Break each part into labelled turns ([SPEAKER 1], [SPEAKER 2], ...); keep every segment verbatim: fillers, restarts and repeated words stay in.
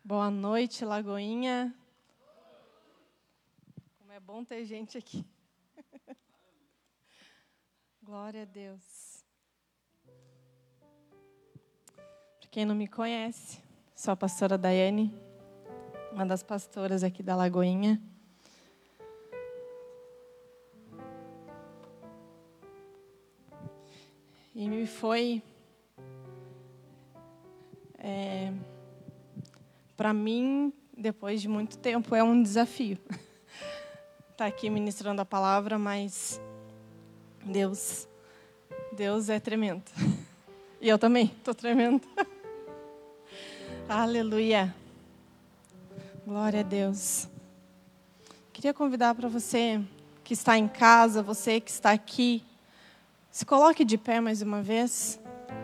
[SPEAKER 1] Boa noite, Lagoinha. Como é bom ter gente aqui. Glória a Deus. Para quem não me conhece, sou a pastora Daiane, uma das pastoras aqui da Lagoinha. E me foi... É, para mim, depois de muito tempo, é um desafio estar aqui ministrando a palavra, mas Deus, Deus é tremendo. E eu também estou tremendo. Aleluia. Glória a Deus. Queria convidar para você que está em casa, você que está aqui, se coloque de pé mais uma vez.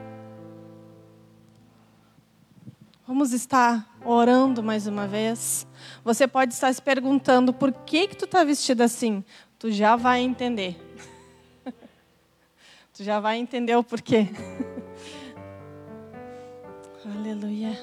[SPEAKER 1] Vamos estar orando mais uma vez. Você pode estar se perguntando por que que tu está vestida assim. Tu já vai entender. Tu já vai entender o porquê. Aleluia.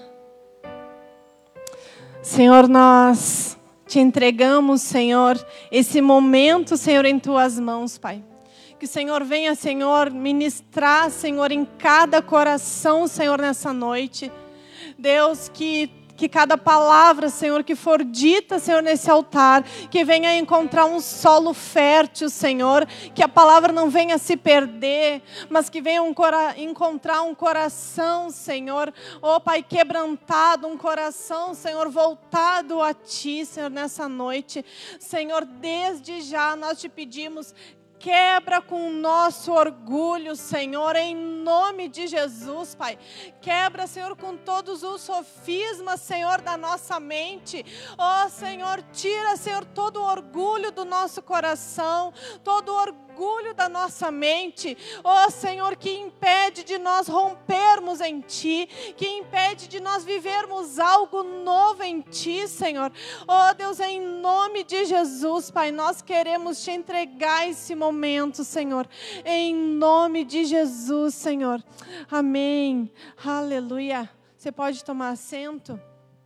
[SPEAKER 1] Senhor, nós te entregamos, Senhor, esse momento, Senhor, em tuas mãos, Pai. Que o Senhor venha, Senhor, ministrar, Senhor, em cada coração, Senhor, nessa noite. Deus, que, que cada palavra, Senhor, que for dita, Senhor, nesse altar, que venha encontrar um solo fértil, Senhor, que a palavra não venha se perder, mas que venha um cora- encontrar um coração, Senhor, oh Pai, quebrantado, um coração, Senhor, voltado a Ti, Senhor, nessa noite. Senhor, desde já nós te pedimos, quebra com o nosso orgulho, Senhor, em nome de Jesus, Pai. Quebra, Senhor, com todos os sofismas, Senhor, da nossa mente. Oh, Senhor, tira, Senhor, todo o orgulho do nosso coração, todo o orgulho da nossa mente. Oh, Senhor, que impede de nós rompermos em Ti, que impede de nós vivermos algo novo em Ti, Senhor. Oh, Deus, em nome de Jesus, Pai, nós queremos Te entregar esse momento. momento, Senhor, em nome de Jesus, Senhor. Amém. Aleluia. Você pode tomar assento?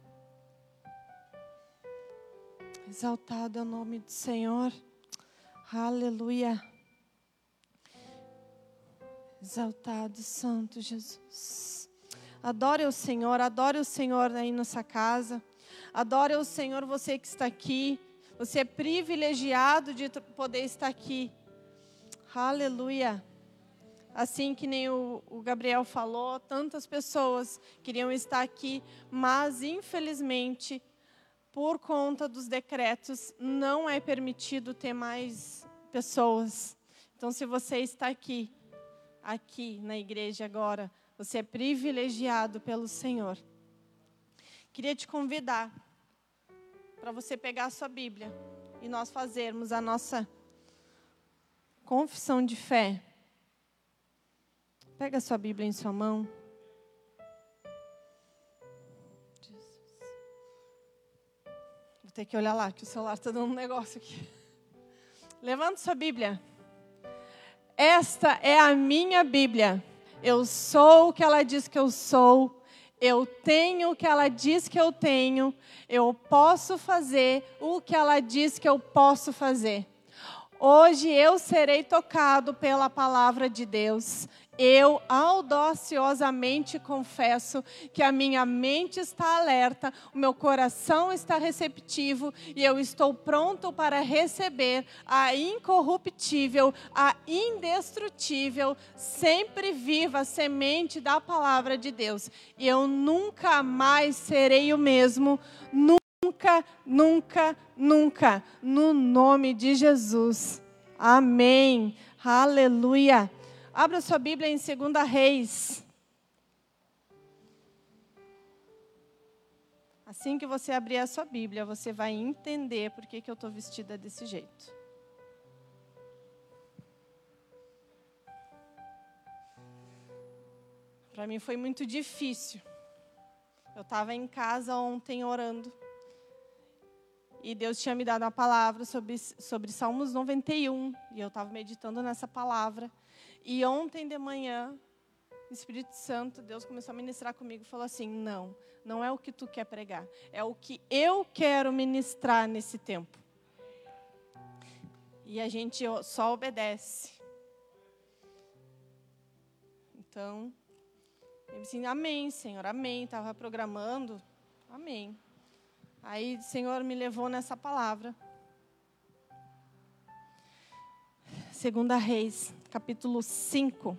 [SPEAKER 1] Exaltado é o nome do Senhor. Aleluia. Exaltado, Santo Jesus. Adore o Senhor, adore o Senhor aí nessa casa. Adore o Senhor, você que está aqui. Você é privilegiado de poder estar aqui. Aleluia. Assim que nem o, o Gabriel falou, tantas pessoas queriam estar aqui, mas infelizmente, por conta dos decretos, não é permitido ter mais pessoas. Então, se você está aqui, aqui na igreja agora, você é privilegiado pelo Senhor. Queria te convidar para você pegar a sua Bíblia e nós fazermos a nossa confissão de fé. Pega a sua Bíblia em sua mão. Jesus. Vou ter que olhar lá, que o celular está dando um negócio aqui. Levanta sua Bíblia. Esta é a minha Bíblia. Eu sou o que ela diz que eu sou. Eu tenho o que ela diz que eu tenho. Eu posso fazer o que ela diz que eu posso fazer. Hoje eu serei tocado pela palavra de Deus. Eu audaciosamente confesso que a minha mente está alerta, o meu coração está receptivo e eu estou pronto para receber a incorruptível, a indestrutível, sempre viva semente da palavra de Deus. E eu nunca mais serei o mesmo, nunca. Nunca, nunca, nunca, no nome de Jesus. Amém. Aleluia. Abra sua Bíblia em Segunda Reis. Assim que você abrir a sua Bíblia, você vai entender por que que eu estou vestida desse jeito. Para mim foi muito difícil. Eu estava em casa ontem orando. E Deus tinha me dado uma palavra sobre, sobre Salmos noventa e um. E eu estava meditando nessa palavra. E ontem de manhã, o Espírito Santo, Deus começou a ministrar comigo e falou assim, não, não é o que tu quer pregar, é o que eu quero ministrar nesse tempo. E a gente só obedece. Então, eu disse assim, amém, Senhor, amém. Estava programando, amém. Aí o Senhor me levou nessa palavra. Segunda Reis, capítulo cinco.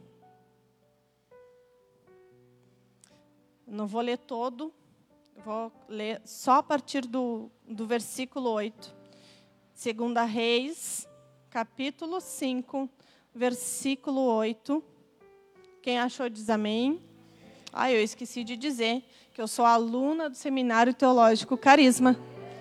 [SPEAKER 1] Não vou ler todo, vou ler só a partir do, do versículo oito. Segunda Reis, capítulo cinco, versículo oito. Quem achou diz amém. Ah, eu esqueci de dizer que eu sou aluna do Seminário Teológico Carisma.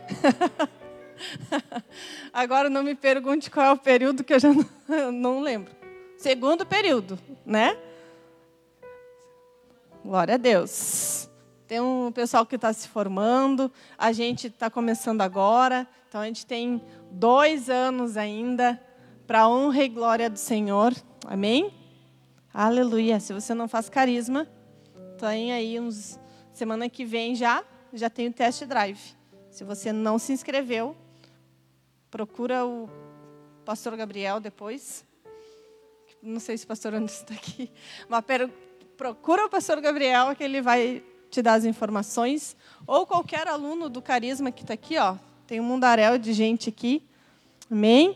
[SPEAKER 1] Agora não me pergunte qual é o período que eu já não, eu não lembro. Segundo período, né? Glória a Deus. Tem um pessoal que está se formando, a gente está começando agora, então a gente tem dois anos ainda para a honra e glória do Senhor. Amém? Aleluia. Se você não faz carisma, tem aí uns... Semana que vem já, já tem o test drive. Se você não se inscreveu, procura o pastor Gabriel depois. Não sei se o pastor Anderson está aqui, mas procura o pastor Gabriel que ele vai te dar as informações. Ou qualquer aluno do Carisma que está aqui, ó. Tem um mundaréu de gente aqui. Amém?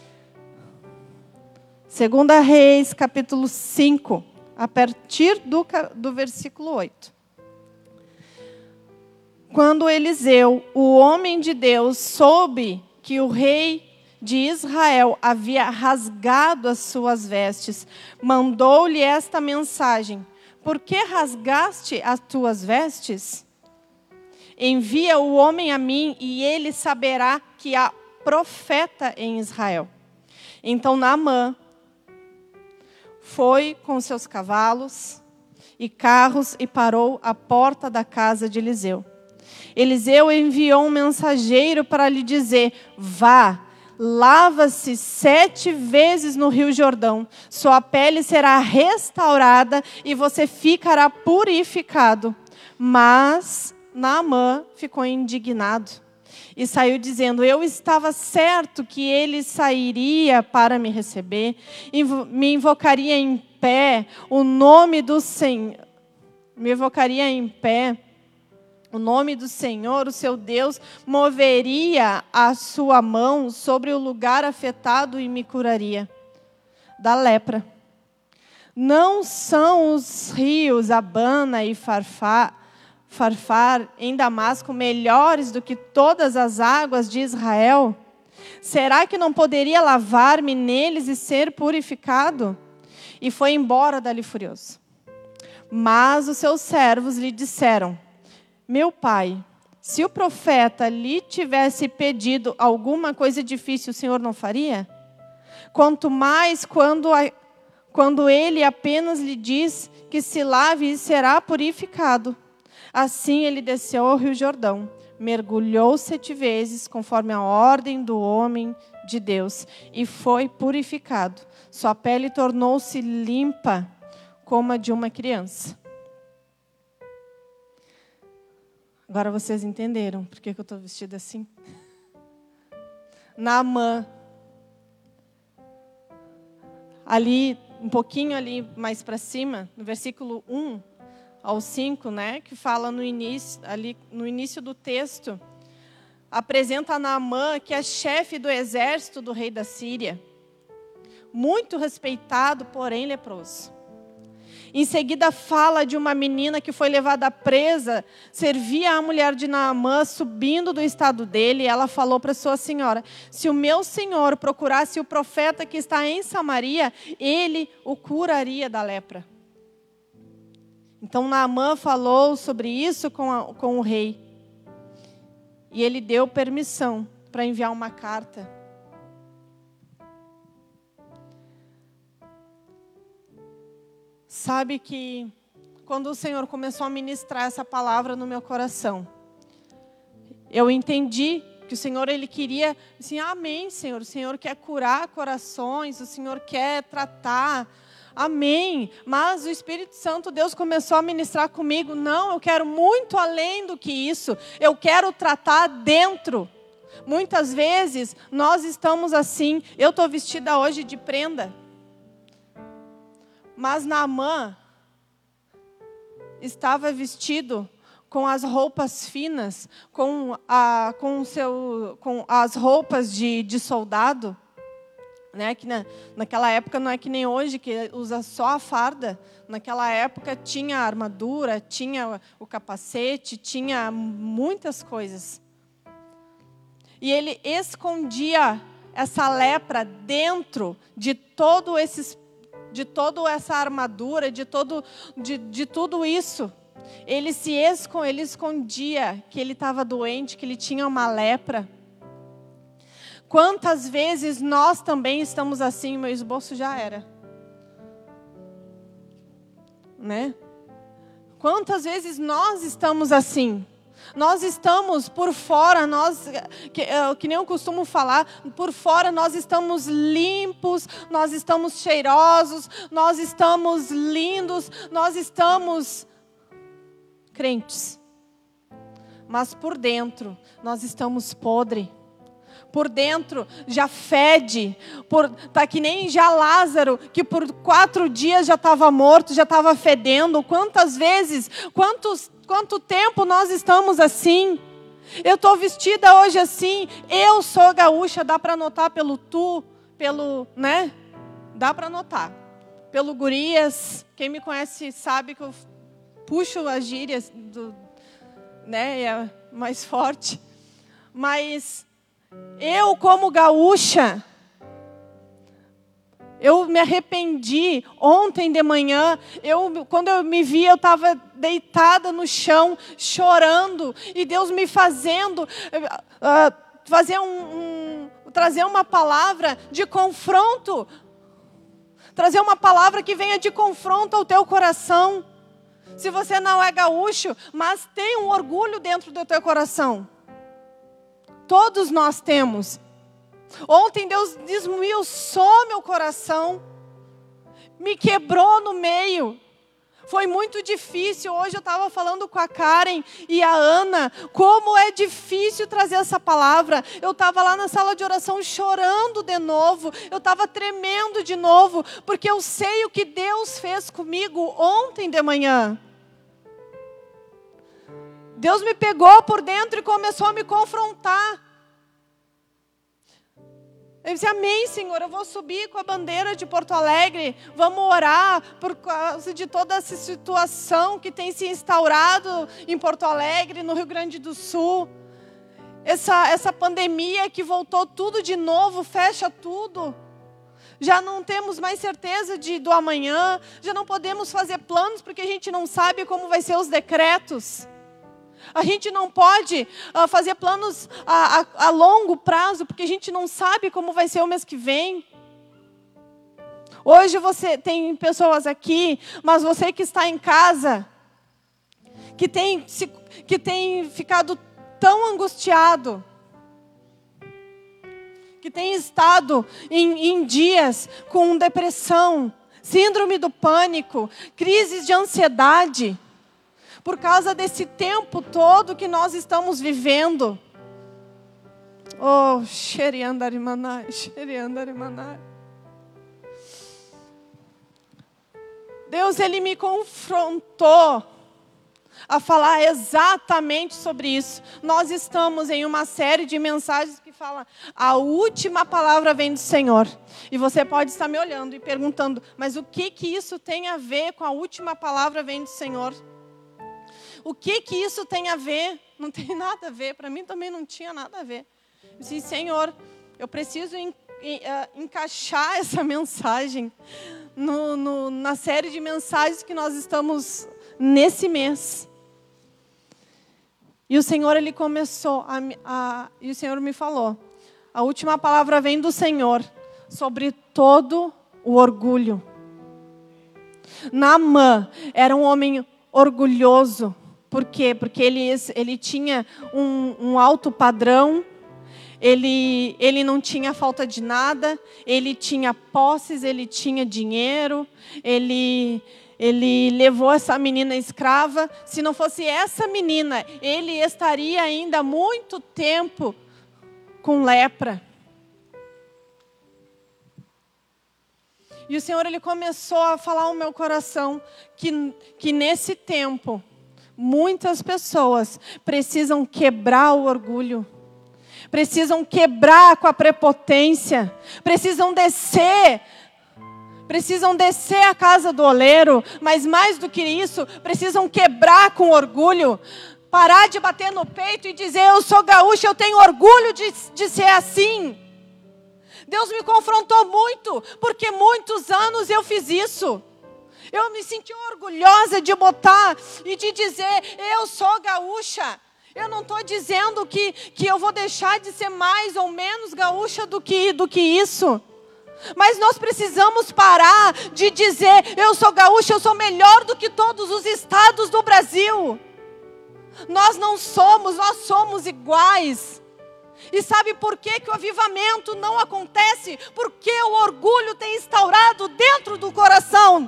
[SPEAKER 1] Segunda Reis, capítulo cinco, a partir do, do versículo oito. Quando Eliseu, o homem de Deus, soube que o rei de Israel havia rasgado as suas vestes, mandou-lhe esta mensagem: por que rasgaste as tuas vestes? Envia o homem a mim e ele saberá que há profeta em Israel. Então Naamã foi com seus cavalos e carros e parou à porta da casa de Eliseu. Eliseu enviou um mensageiro para lhe dizer: vá, lava-se sete vezes no rio Jordão, sua pele será restaurada e você ficará purificado. Mas Naamã ficou indignado e saiu dizendo: eu estava certo que ele sairia para me receber, me invocaria em pé o nome do Senhor, me invocaria em pé o nome do Senhor, o seu Deus, moveria a sua mão sobre o lugar afetado e me curaria da lepra. Não são os rios Abana e Farfar, Farfar em Damasco melhores do que todas as águas de Israel? Será que não poderia lavar-me neles e ser purificado? E foi embora dali furioso. Mas os seus servos lhe disseram: meu pai, se o profeta lhe tivesse pedido alguma coisa difícil, o Senhor não faria? Quanto mais quando, a, quando ele apenas lhe diz que se lave e será purificado. Assim ele desceu ao rio Jordão, mergulhou sete vezes, conforme a ordem do homem de Deus, e foi purificado. Sua pele tornou-se limpa como a de uma criança. Agora vocês entenderam por que eu estou vestida assim? Naamã, ali, um pouquinho ali mais para cima, no versículo um ao cinco, né, que fala no início, ali no início do texto, apresenta Naamã, que é chefe do exército do rei da Síria, muito respeitado, porém leproso. Em seguida fala de uma menina que foi levada presa, servia a mulher de Naamã, subindo do estado dele, e ela falou para sua senhora: se o meu senhor procurasse o profeta que está em Samaria, ele o curaria da lepra. Então Naamã falou sobre isso com, a, com o rei, e ele deu permissão para enviar uma carta. Sabe que quando o Senhor começou a ministrar essa palavra no meu coração, eu entendi que o Senhor, Ele queria, assim, amém, Senhor, o Senhor quer curar corações, o Senhor quer tratar Amém. Mas o Espírito Santo, Deus começou a ministrar comigo. Não, eu quero muito além do que isso. Eu quero tratar dentro. Muitas vezes nós estamos assim. Eu estou vestida hoje de prenda. Mas Naamã estava vestido com as roupas finas, com, a, com, seu, com as roupas de, de soldado. Né? Que na, naquela época não é que nem hoje, que usa só a farda. Naquela época tinha a armadura, tinha o capacete, tinha muitas coisas. E ele escondia essa lepra dentro de todo esses, de toda essa armadura, de, todo, de, de tudo isso. Ele se esco, ele escondia que ele estava doente, que ele tinha uma lepra. Quantas vezes nós também estamos assim? Meu esboço já era. Né? Quantas vezes nós estamos assim? Nós estamos por fora, nós, que, que nem eu costumo falar, por fora nós estamos limpos, nós estamos cheirosos, nós estamos lindos, nós estamos crentes. Mas por dentro nós estamos podres. Por dentro já fede, por, tá que nem já Lázaro, que por quatro dias já estava morto, já estava fedendo. Quantas vezes, quantos, quanto tempo nós estamos assim? Eu estou vestida hoje assim, eu sou gaúcha, dá para notar pelo tu, pelo, né? Dá para notar. Pelo gurias, quem me conhece sabe que eu puxo as gírias, do, né? É mais forte. Mas eu, como gaúcha, eu me arrependi ontem de manhã. Eu, quando eu me vi, eu estava deitada no chão, chorando. E Deus me fazendo, uh, fazer um, um, trazer uma palavra de confronto. Trazer uma palavra que venha de confronto ao teu coração. Se você não é gaúcho, mas tem um orgulho dentro do teu coração. Todos nós temos. Ontem Deus desmiuçou meu coração. Me quebrou no meio. Foi muito difícil. Hoje eu estava falando com a Karen e a Ana. Como é difícil trazer essa palavra. Eu estava lá na sala de oração chorando de novo. Eu estava tremendo de novo. Porque eu sei o que Deus fez comigo ontem de manhã. Deus me pegou por dentro e começou a me confrontar. Eu disse, amém, Senhor, eu vou subir com a bandeira de Porto Alegre, vamos orar por causa de toda essa situação que tem se instaurado em Porto Alegre, no Rio Grande do Sul. Essa, essa pandemia que voltou tudo de novo, fecha tudo. Já não temos mais certeza de, do amanhã, já não podemos fazer planos porque a gente não sabe como vai ser os decretos. A gente não pode uh, fazer planos a, a, a longo prazo, porque a gente não sabe como vai ser o mês que vem. Hoje você tem pessoas aqui, mas você que está em casa, que tem, se, que tem ficado tão angustiado, que tem estado em, em dias com depressão, síndrome do pânico, crises de ansiedade, por causa desse tempo todo que nós estamos vivendo. Oh, xeriandarimanai, xeriandarimanai. Deus, Ele me confrontou a falar exatamente sobre isso. Nós estamos em uma série de mensagens que fala, a última palavra vem do Senhor. E você pode estar me olhando e perguntando, mas o que que isso tem a ver com a última palavra vem do Senhor? O que que isso tem a ver? Não tem nada a ver. Para mim também não tinha nada a ver. Eu disse, Senhor, eu preciso en, en, uh, encaixar essa mensagem no, no, na série de mensagens que nós estamos nesse mês. E o Senhor, Ele começou, a, a, e o Senhor me falou, a última palavra vem do Senhor sobre todo o orgulho. Naamã era um homem orgulhoso. Por quê? Porque ele, ele tinha um, um alto padrão, Ele, ele não tinha falta de nada, ele tinha posses, ele tinha dinheiro, ele, ele levou essa menina escrava. Se não fosse essa menina, ele estaria ainda muito tempo com lepra. E o Senhor, Ele começou a falar ao meu coração que, que nesse tempo, muitas pessoas precisam quebrar o orgulho, precisam quebrar com a prepotência, precisam descer, precisam descer a casa do oleiro, mas mais do que isso, precisam quebrar com orgulho, parar de bater no peito e dizer: eu sou gaúcha, eu tenho orgulho de, de ser assim. Deus me confrontou muito, porque muitos anos eu fiz isso. Eu me senti orgulhosa de botar e de dizer: eu sou gaúcha. Eu não estou dizendo que, que eu vou deixar de ser mais ou menos gaúcha do que, do que isso. Mas nós precisamos parar de dizer: eu sou gaúcha, eu sou melhor do que todos os estados do Brasil. Nós não somos, nós somos iguais. E sabe por que, que o avivamento não acontece? Porque o orgulho tem instaurado dentro do coração.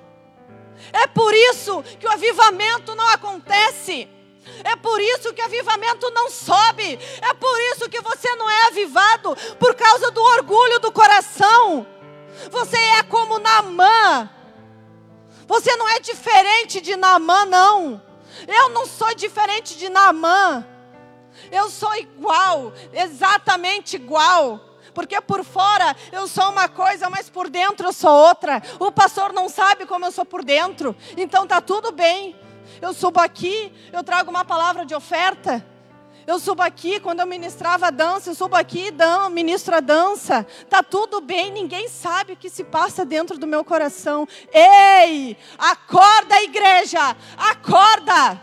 [SPEAKER 1] É por isso que o avivamento não acontece. É por isso que o avivamento não sobe. É por isso que você não é avivado, por causa do orgulho do coração. Você é como Naamã. Você não é diferente de Naamã, não. Eu não sou diferente de Naamã. Eu sou igual, exatamente igual. Porque por fora eu sou uma coisa, mas por dentro eu sou outra. O pastor não sabe como eu sou por dentro. Então tá tudo bem. Eu subo aqui, eu trago uma palavra de oferta. Eu subo aqui, quando eu ministrava a dança, eu subo aqui e ministro a dança. Tá tudo bem, ninguém sabe o que se passa dentro do meu coração. Ei, acorda, igreja, acorda.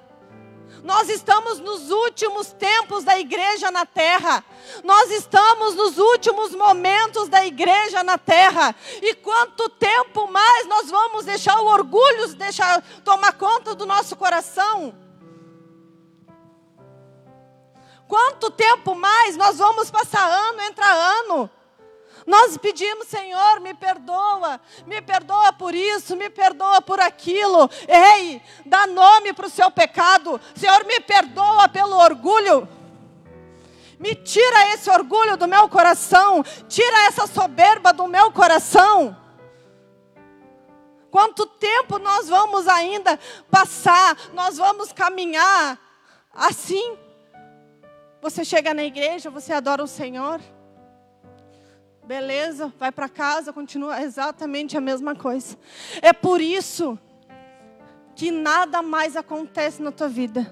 [SPEAKER 1] Nós estamos nos últimos tempos da igreja na terra. Nós estamos nos últimos momentos da igreja na terra. E quanto tempo mais nós vamos deixar o orgulho deixar, tomar conta do nosso coração? Quanto tempo mais nós vamos passar ano, entra ano? Nós pedimos: Senhor, me perdoa, me perdoa por isso, me perdoa por aquilo. Ei, dá nome para o seu pecado. Senhor, me perdoa pelo orgulho. Me tira esse orgulho do meu coração. Tira essa soberba do meu coração. Quanto tempo nós vamos ainda passar? Nós vamos caminhar assim? Você chega na igreja, você adora o Senhor. Beleza, vai para casa, continua exatamente a mesma coisa. É por isso que nada mais acontece na tua vida.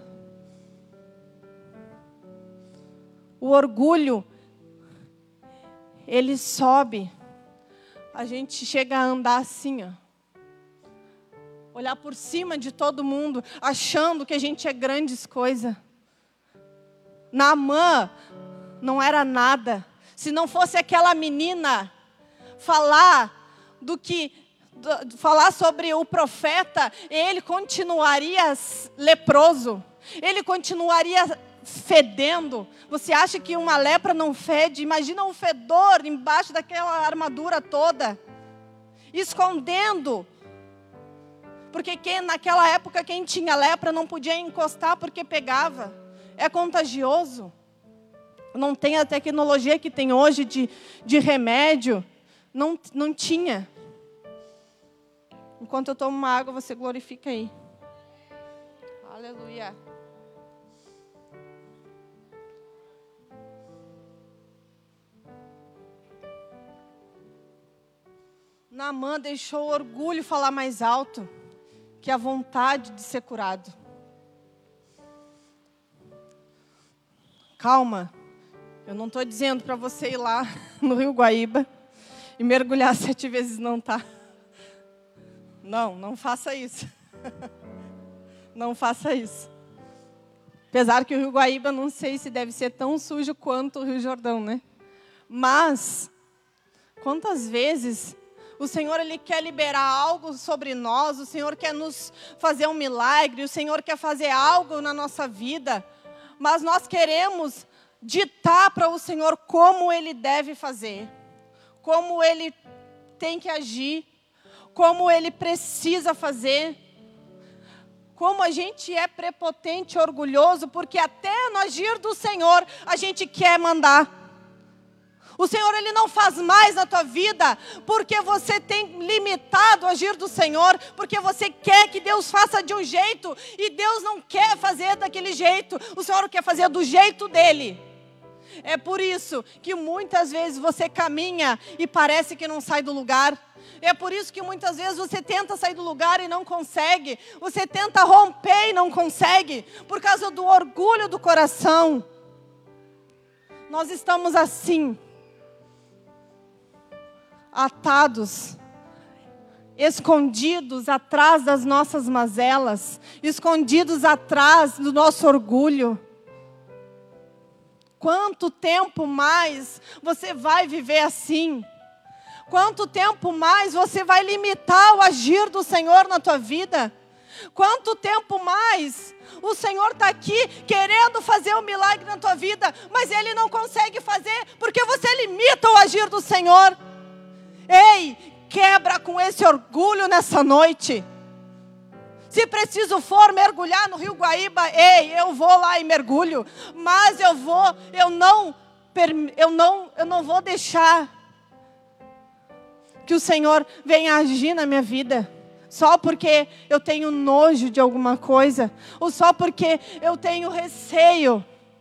[SPEAKER 1] O orgulho, ele sobe. A gente chega a andar assim, ó. Olhar por cima de todo mundo, achando que a gente é grandes coisas. Naamã não era nada. Se não fosse aquela menina falar do que do, falar sobre o profeta, ele continuaria leproso. Ele continuaria fedendo. Você acha que uma lepra não fede? Imagina um fedor embaixo daquela armadura toda, escondendo. Porque quem, naquela época quem tinha lepra não podia encostar porque pegava. É contagioso. Não tem a tecnologia que tem hoje de, de remédio. Não, não tinha. Enquanto eu tomo uma água, você glorifica aí. Aleluia. Naamã deixou o orgulho falar mais alto que a vontade de ser curado. Calma. Eu não estou dizendo para você ir lá no Rio Guaíba e mergulhar sete vezes, não, tá? Não, não faça isso. Não faça isso. Apesar que o Rio Guaíba, não sei se deve ser tão sujo quanto o Rio Jordão, né? Mas, quantas vezes o Senhor, Ele quer liberar algo sobre nós, o Senhor quer nos fazer um milagre, o Senhor quer fazer algo na nossa vida, mas nós queremos ditar para o Senhor como Ele deve fazer, como Ele tem que agir, como Ele precisa fazer. Como a gente é prepotente e orgulhoso, porque até no agir do Senhor a gente quer mandar. O Senhor, Ele não faz mais na tua vida porque você tem limitado o agir do Senhor, porque você quer que Deus faça de um jeito e Deus não quer fazer daquele jeito. O Senhor quer fazer do jeito dEle. É por isso que muitas vezes você caminha e parece que não sai do lugar. É por isso que muitas vezes você tenta sair do lugar e não consegue. Você tenta romper e não consegue, por causa do orgulho do coração. Nós estamos assim, atados, escondidos atrás das nossas mazelas, escondidos atrás do nosso orgulho. Quanto tempo mais você vai viver assim? Quanto tempo mais você vai limitar o agir do Senhor na tua vida? Quanto tempo mais o Senhor está aqui querendo fazer um milagre na tua vida, mas Ele não consegue fazer porque você limita o agir do Senhor? Ei, quebra com esse orgulho nessa noite. Se preciso for mergulhar no Rio Guaíba, ei, eu vou lá e mergulho. Mas eu vou, eu não, eu não, eu não vou deixar que o Senhor venha agir na minha vida, só porque eu tenho nojo de alguma coisa, ou só porque eu tenho receio.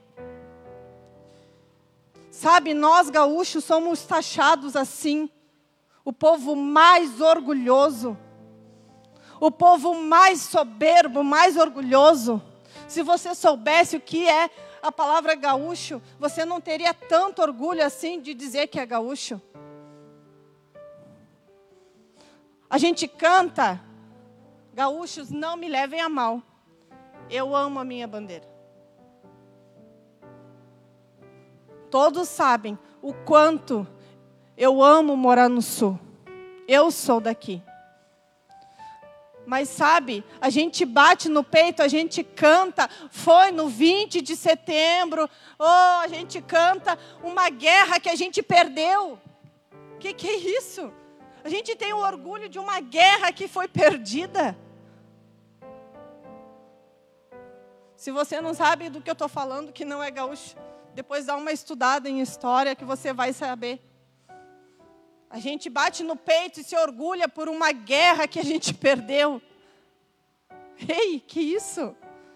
[SPEAKER 1] Sabe, nós gaúchos somos taxados assim, o povo mais orgulhoso, o povo mais soberbo, mais orgulhoso. Se você soubesse o que é a palavra gaúcho, você não teria tanto orgulho assim de dizer que é gaúcho. A gente canta, gaúchos, não me levem a mal, eu amo a minha bandeira. Todos sabem o quanto eu amo morar no sul. Eu sou daqui. Mas sabe, a gente bate no peito, a gente canta, foi no vinte de setembro, oh, a gente canta uma guerra que a gente perdeu. O que, que é isso? A gente tem o orgulho de uma guerra que foi perdida. Se você não sabe do que eu estou falando, que não é gaúcho, depois dá uma estudada em história que você vai saber. A gente bate no peito e se orgulha por uma guerra que a gente perdeu. Ei, que isso?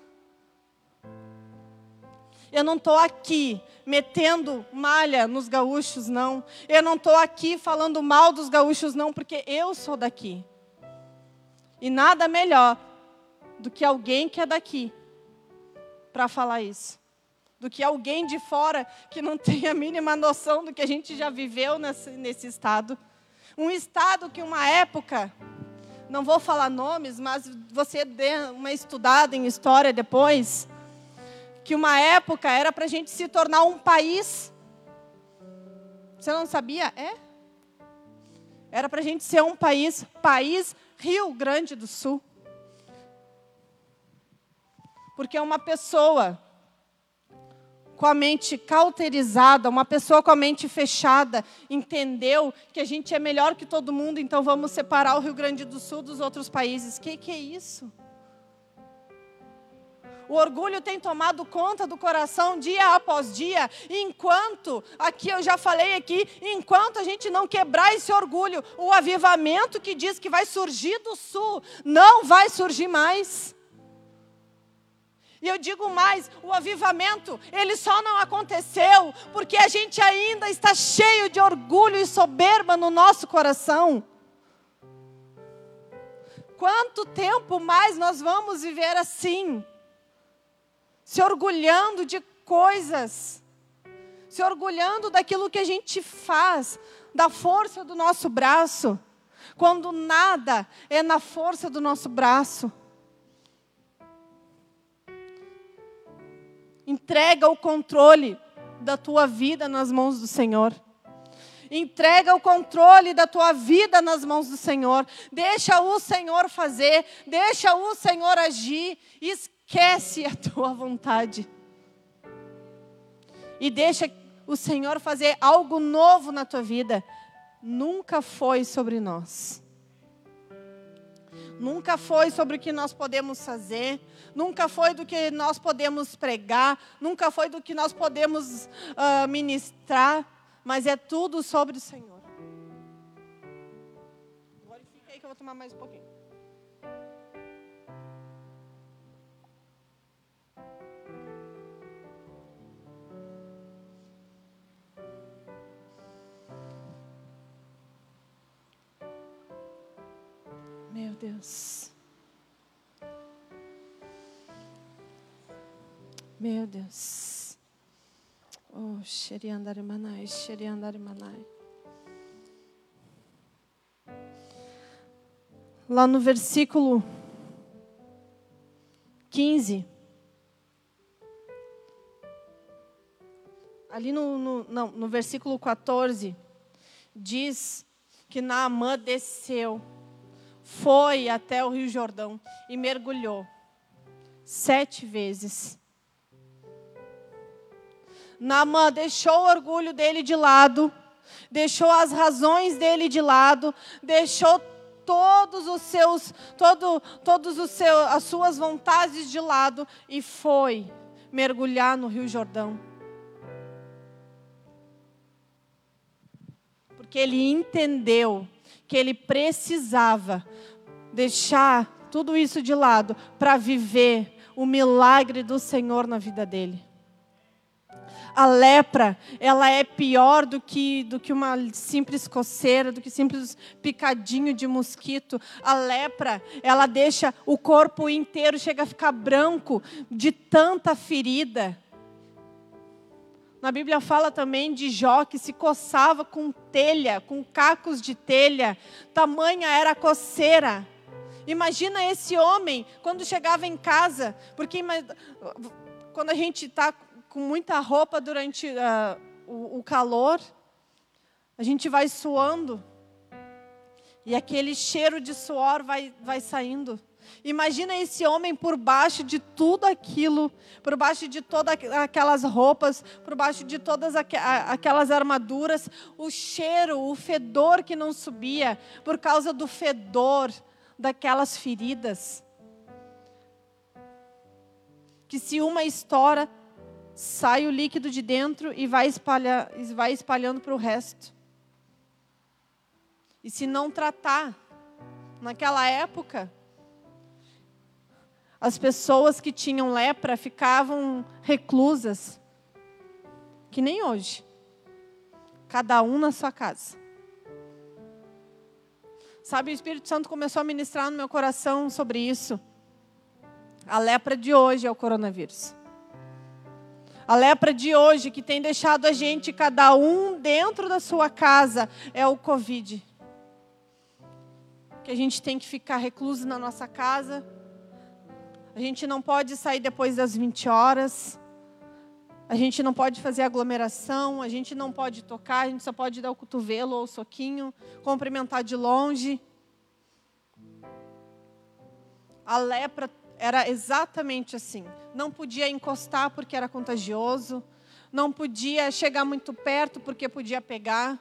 [SPEAKER 1] Eu não estou aqui metendo malha nos gaúchos, não. Eu não estou aqui falando mal dos gaúchos, não, porque eu sou daqui. E nada melhor do que alguém que é daqui para falar isso. Do que alguém de fora que não tem a mínima noção do que a gente já viveu nesse, nesse estado. Um estado que uma época, não vou falar nomes, mas você dê uma estudada em história depois, que uma época era para a gente se tornar um país. Você não sabia? É? Era para a gente ser um país, país Rio Grande do Sul. Porque uma pessoa com a mente cauterizada, uma pessoa com a mente fechada, entendeu que a gente é melhor que todo mundo, então vamos separar o Rio Grande do Sul dos outros países. Que que é isso? O orgulho tem tomado conta do coração dia após dia, enquanto, aqui eu já falei aqui, enquanto a gente não quebrar esse orgulho, o avivamento que diz que vai surgir do sul, não vai surgir mais. E eu digo mais, o avivamento, ele só não aconteceu porque a gente ainda está cheio de orgulho e soberba no nosso coração. Quanto tempo mais nós vamos viver assim? Se orgulhando de coisas, se orgulhando daquilo que a gente faz, da força do nosso braço, quando nada é na força do nosso braço. Entrega o controle da tua vida nas mãos do Senhor. Entrega o controle da tua vida nas mãos do Senhor. Deixa o Senhor fazer. Deixa o Senhor agir. Esquece a tua vontade. e deixa o Senhor fazer algo novo na tua vida. Nunca foi sobre nós. Nunca foi sobre o que nós podemos fazer. Nunca foi do que nós podemos pregar. Nunca foi do que nós podemos uh, ministrar. Mas é tudo sobre o Senhor. Agora fica aí que eu vou tomar mais um pouquinho. Meu Deus. Meu Deus. Oh, xeriandarimanai, xeriandarimanai. Lá no versículo quinze. Ali no, no, não, no versículo quatorze, diz que Naamã desceu, foi até o Rio Jordão e mergulhou sete vezes. Naamã deixou o orgulho dele de lado, deixou as razões dele de lado, deixou todos os seus, todo, todos os seus, as suas vontades de lado e foi mergulhar no Rio Jordão. Porque ele entendeu que ele precisava deixar tudo isso de lado para viver o milagre do Senhor na vida dele. A lepra, ela é pior do que, do que uma simples coceira, do que simples picadinho de mosquito. A lepra, ela deixa o corpo inteiro, chega a ficar branco de tanta ferida. Na Bíblia fala também de Jó, que se coçava com telha, com cacos de telha. Tamanha era a coceira. Imagina esse homem, quando chegava em casa, porque quando a gente está com muita roupa durante uh, o, o calor, a gente vai suando, e aquele cheiro de suor vai, vai saindo. Imagina esse homem por baixo de tudo aquilo, por baixo de todas aquelas roupas, por baixo de todas aquelas armaduras, o cheiro, o fedor que não subia, por causa do fedor daquelas feridas. Que se uma estoura, sai o líquido de dentro e vai, espalhar, vai espalhando para o resto. E se não tratar, naquela época, as pessoas que tinham lepra ficavam reclusas, que nem hoje, cada um na sua casa. Sabe, o Espírito Santo começou a ministrar no meu coração sobre isso. A lepra de hoje é o coronavírus. A lepra de hoje, que tem deixado a gente, cada um dentro da sua casa, é o Covid. Que a gente tem que ficar recluso na nossa casa. A gente não pode sair depois das vinte horas. A gente não pode fazer aglomeração. A gente não pode tocar. A gente só pode dar o cotovelo ou o soquinho. Cumprimentar de longe. A lepra era exatamente assim. Não podia encostar porque era contagioso. Não podia chegar muito perto porque podia pegar.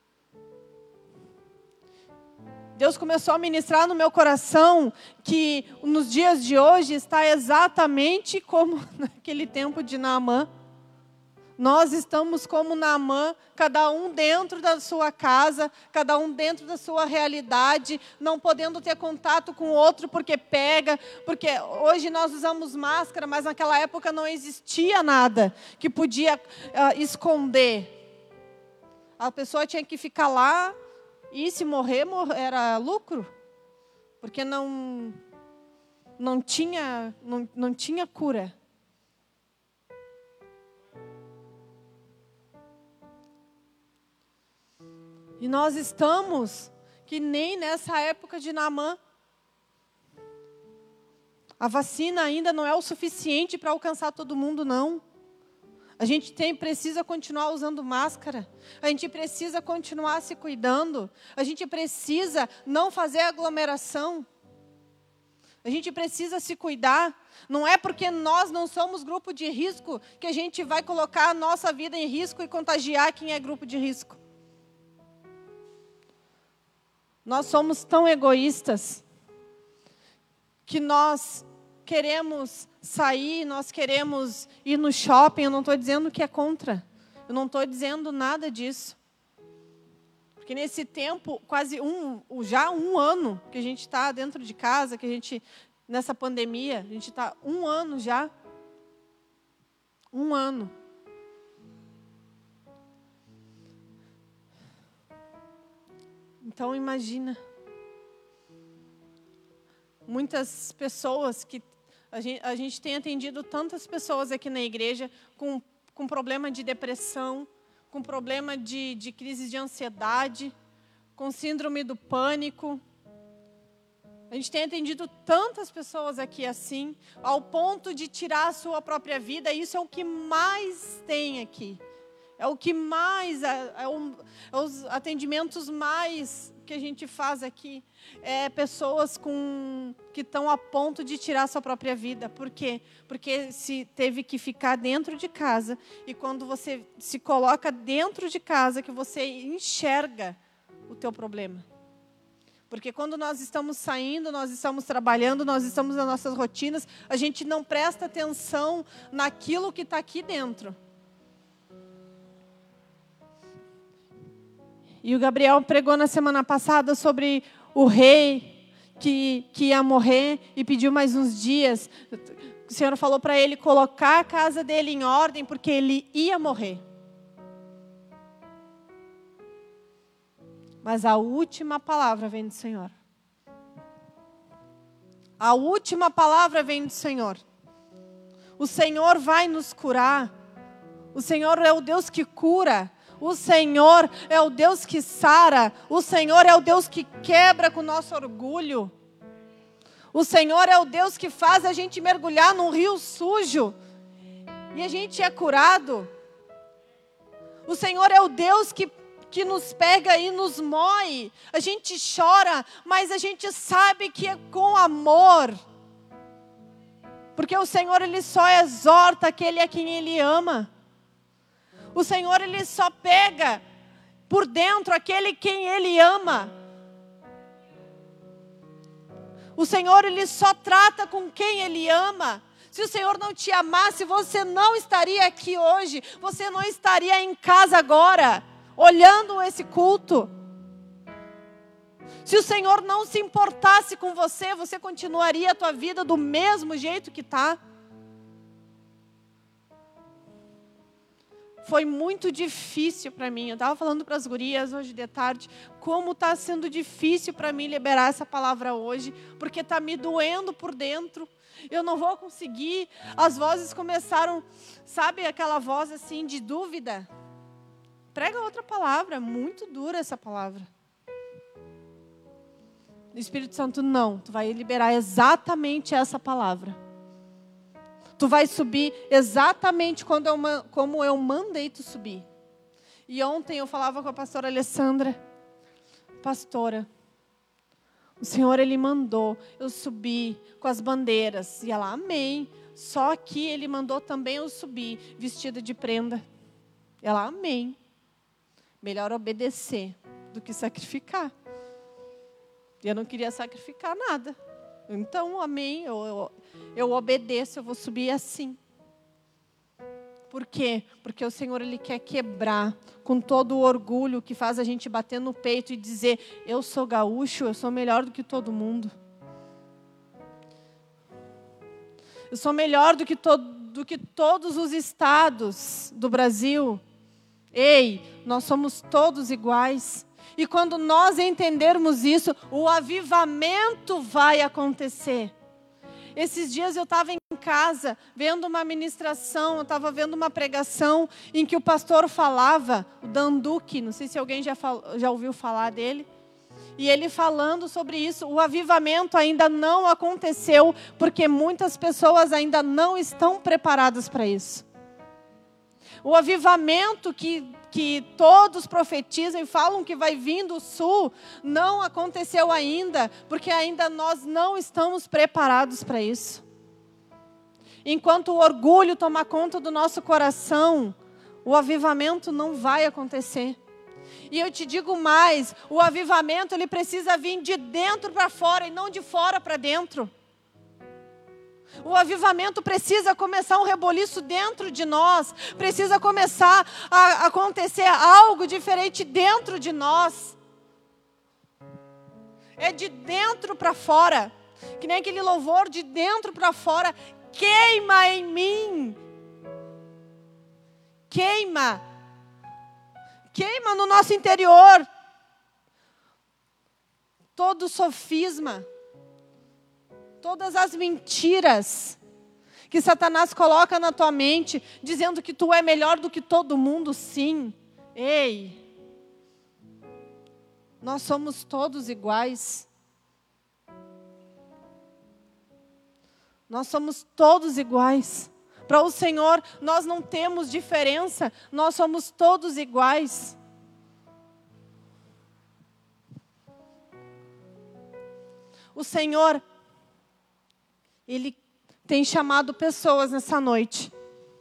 [SPEAKER 1] Deus começou a ministrar no meu coração que nos dias de hoje está exatamente como naquele tempo de Naamã. Nós estamos como Naamã, cada um dentro da sua casa, cada um dentro da sua realidade, não podendo ter contato com o outro porque pega, porque hoje nós usamos máscara, mas naquela época não existia nada que podia uh, esconder. A pessoa tinha que ficar lá e se morrer, era lucro, porque não, não, tinha, não, não tinha cura. E nós estamos que nem nessa época de Naamã. A vacina ainda não é o suficiente para alcançar todo mundo, não. A gente tem, precisa continuar usando máscara. A gente precisa continuar se cuidando. A gente precisa não fazer aglomeração. A gente precisa se cuidar. Não é porque nós não somos grupo de risco que a gente vai colocar a nossa vida em risco e contagiar quem é grupo de risco. Nós somos tão egoístas que nós queremos sair, nós queremos ir no shopping. Eu não estou dizendo que é contra. Eu não estou dizendo nada disso. Porque nesse tempo, quase um, já um ano que a gente está dentro de casa, que a gente, nessa pandemia, a gente está um ano já. Um ano. Então, imagina. Muitas pessoas que... A gente, a gente tem atendido tantas pessoas aqui na igreja com, com problema de depressão, com problema de, de crise de ansiedade, com síndrome do pânico. A gente tem atendido tantas pessoas aqui assim, ao ponto de tirar a sua própria vida. Isso é o que mais tem aqui. É o que mais, é, é, o, é os atendimentos mais que a gente faz aqui. É pessoas com, que estão a ponto de tirar a sua própria vida. Por quê? Porque se teve que ficar dentro de casa. E quando você se coloca dentro de casa, que você enxerga o teu problema. Porque quando nós estamos saindo, nós estamos trabalhando, nós estamos nas nossas rotinas, a gente não presta atenção naquilo que está aqui dentro. E o Gabriel pregou na semana passada sobre o rei que, que ia morrer e pediu mais uns dias. O Senhor falou para ele colocar a casa dele em ordem, porque ele ia morrer. Mas a última palavra vem do Senhor. A última palavra vem do Senhor. O Senhor vai nos curar. O Senhor é o Deus que cura. O Senhor é o Deus que sara. O Senhor é o Deus que quebra com o nosso orgulho. O Senhor é o Deus que faz a gente mergulhar num rio sujo e a gente é curado. O Senhor é o Deus que, que nos pega e nos moe. A gente chora, mas a gente sabe que é com amor. Porque o Senhor, Ele só exorta aquele a quem Ele ama. O Senhor, Ele só pega por dentro aquele quem Ele ama. O Senhor, Ele só trata com quem Ele ama. Se o Senhor não te amasse, você não estaria aqui hoje. Você não estaria em casa agora, olhando esse culto. Se o Senhor não se importasse com você, você continuaria a tua vida do mesmo jeito que está. Foi muito difícil para mim. Eu estava falando para as gurias hoje de tarde, como está sendo difícil para mim liberar essa palavra hoje, porque está me doendo por dentro. Eu não vou conseguir. As vozes começaram, sabe aquela voz assim de dúvida? Prega outra palavra, muito dura essa palavra. O Espírito Santo, não, tu vai liberar exatamente essa palavra. Tu vai subir exatamente quando eu, como eu mandei tu subir. E ontem eu falava com a pastora Alessandra, pastora, o Senhor, Ele mandou eu subir com as bandeiras. E ela, amém. Só que Ele mandou também eu subir vestida de prenda. E ela, amém. Melhor obedecer do que sacrificar. E eu não queria sacrificar nada. Então, amém, eu, eu, eu obedeço, eu vou subir assim. Por quê? Porque o Senhor, Ele quer quebrar com todo o orgulho que faz a gente bater no peito e dizer, eu sou gaúcho, eu sou melhor do que todo mundo. Eu sou melhor do que, to, do que todos os estados do Brasil. Ei, nós somos todos iguais. E quando nós entendermos isso, o avivamento vai acontecer. Esses dias eu estava em casa, vendo uma ministração, eu estava vendo uma pregação em que o pastor falava, o Dan Duque, não sei se alguém já, fal, já ouviu falar dele, e ele falando sobre isso. O avivamento ainda não aconteceu, porque muitas pessoas ainda não estão preparadas para isso. O avivamento que, que todos profetizam e falam que vai vir do sul, não aconteceu ainda, porque ainda nós não estamos preparados para isso. enquanto o orgulho tomar conta do nosso coração, o avivamento não vai acontecer. E eu te digo mais, o avivamento ele precisa vir de dentro para fora e não de fora para dentro. O avivamento precisa começar um reboliço dentro de nós, precisa começar a acontecer algo diferente dentro de nós. É de dentro para fora, que nem aquele louvor, de dentro para fora, queima em mim. Queima. Queima no nosso interior. Todo sofisma, todas as mentiras que Satanás coloca na tua mente, dizendo que tu é melhor do que todo mundo, sim. Ei, nós somos todos iguais. Nós somos todos iguais. Para o Senhor, nós não temos diferença, nós somos todos iguais. O Senhor, Ele tem chamado pessoas nessa noite.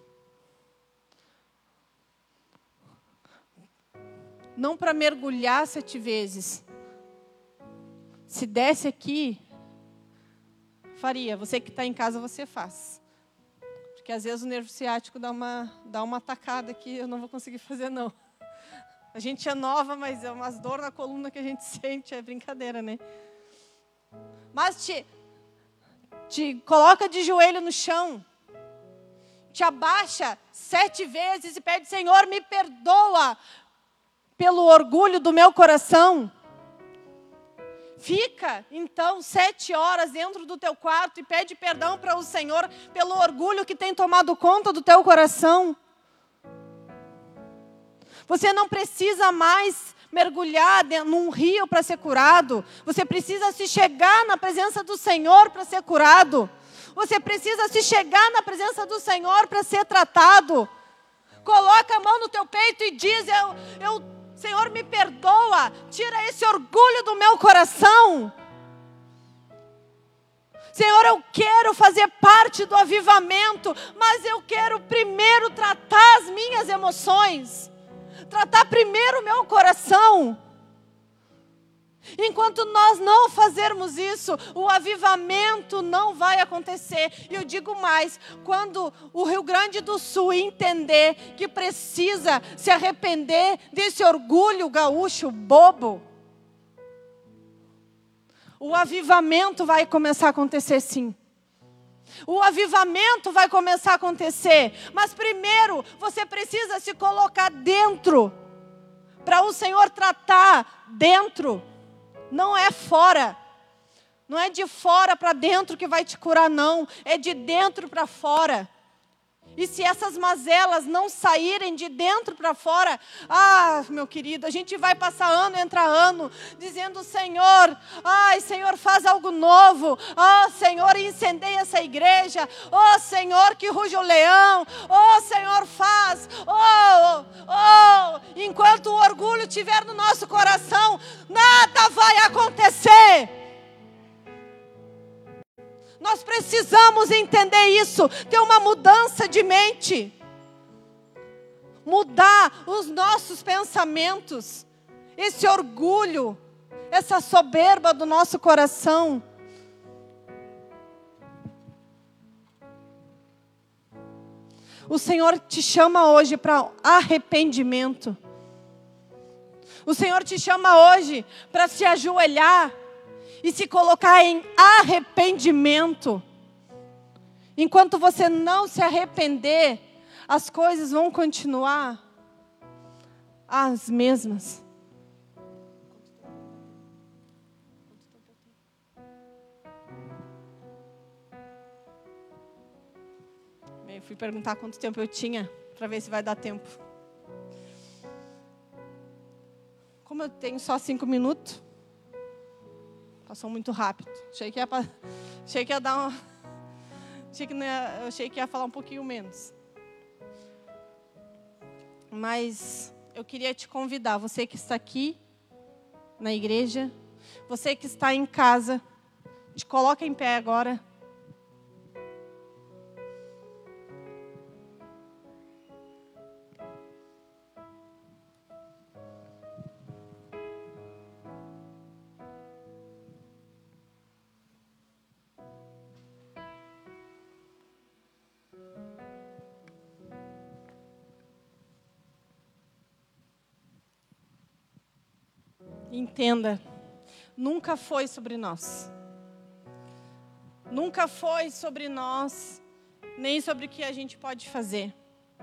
[SPEAKER 1] Não para mergulhar sete vezes. Se desse aqui, faria. Você que está em casa, você faz. Porque às vezes o nervo ciático dá uma, dá uma atacada que eu não vou conseguir fazer, não. A gente é nova, mas é umas dor na coluna que a gente sente, é brincadeira, né? Mas te, te coloca de joelho no chão, te abaixa sete vezes e pede, Senhor, me perdoa pelo orgulho do meu coração. Fica, então, sete horas dentro do teu quarto e pede perdão para o Senhor pelo orgulho que tem tomado conta do teu coração. Você não precisa mais mergulhar num rio para ser curado. Você precisa se chegar na presença do Senhor para ser curado. Você precisa se chegar na presença do Senhor para ser tratado. Coloca a mão no teu peito e diz, eu... eu Senhor, me perdoa, tira esse orgulho do meu coração. Senhor, eu quero fazer parte do avivamento, mas eu quero primeiro tratar as minhas emoções, tratar primeiro o meu coração. Enquanto nós não fazermos isso, o avivamento não vai acontecer. E eu digo mais, quando o Rio Grande do Sul entender que precisa se arrepender desse orgulho gaúcho bobo, o avivamento vai começar a acontecer, sim. O avivamento vai começar a acontecer. Mas primeiro, você precisa se colocar dentro, para o Senhor tratar dentro. Não é fora, não é de fora para dentro que vai te curar, não. É de dentro para fora. E se essas mazelas não saírem de dentro para fora, ah, meu querido, a gente vai passar ano, entra ano, dizendo, Senhor, ai, Senhor, faz algo novo. Oh, Senhor, incendeia essa igreja. Oh, Senhor, que ruja o leão. Oh, Senhor, faz. Oh, oh, enquanto o orgulho estiver no nosso coração, nada vai acontecer. Nós precisamos entender isso, ter uma mudança de mente, mudar os nossos pensamentos, esse orgulho, essa soberba do nosso coração. O Senhor te chama hoje para arrependimento. O Senhor te chama hoje para se ajoelhar e se colocar em arrependimento. Enquanto você não se arrepender, as coisas vão continuar as mesmas. Eu fui perguntar quanto tempo eu tinha, para ver se vai dar tempo. Como eu tenho só cinco minutos, passou muito rápido. Achei que ia, achei que ia dar uma... Achei que, ia, eu achei que ia falar um pouquinho menos. Mas eu queria te convidar, você que está aqui na igreja, você que está em casa, te coloca em pé agora. Entenda, nunca foi sobre nós. Nunca foi sobre nós, nem sobre o que a gente pode fazer.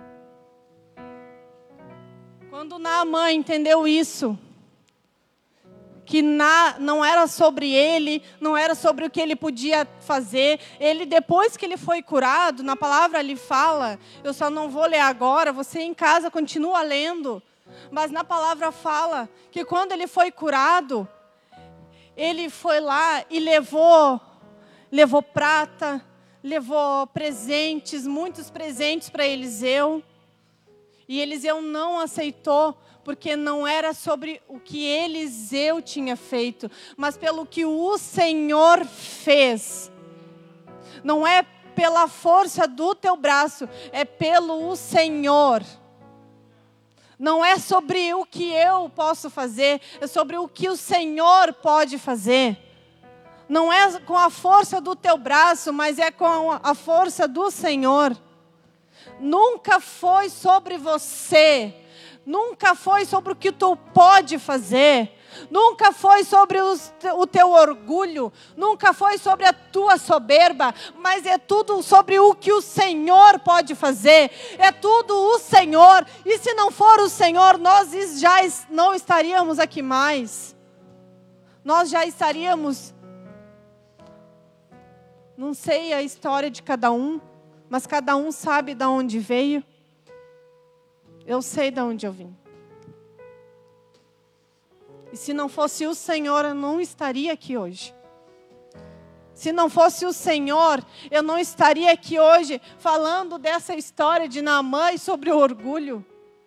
[SPEAKER 1] Quando Naamã entendeu isso, que na, não era sobre ele, não era sobre o que ele podia fazer. Ele, depois que ele foi curado, na palavra ele fala, eu só não vou ler agora, você em casa continua lendo. Mas na palavra fala que quando ele foi curado, ele foi lá e levou, levou prata, levou presentes, muitos presentes para Eliseu. E Eliseu não aceitou, porque não era sobre o que Eliseu tinha feito, mas pelo que o Senhor fez. Não é pela força do teu braço, é pelo Senhor. Não é sobre o que eu posso fazer, é sobre o que o Senhor pode fazer. Não é com a força do teu braço, mas é com a força do Senhor. Nunca foi sobre você. Nunca foi sobre o que tu pode fazer. Nunca foi sobre os, o teu orgulho. Nunca foi sobre a tua soberba. Mas é tudo sobre o que o Senhor pode fazer. É tudo o Senhor. E se não for o Senhor, nós já não estaríamos aqui mais. Nós já estaríamos... Não sei a história de cada um, mas cada um sabe de onde veio. Eu sei de onde eu vim. E se não fosse o Senhor, eu não estaria aqui hoje. Se não fosse o Senhor, eu não estaria aqui hoje falando dessa história de Naamã e sobre o orgulho.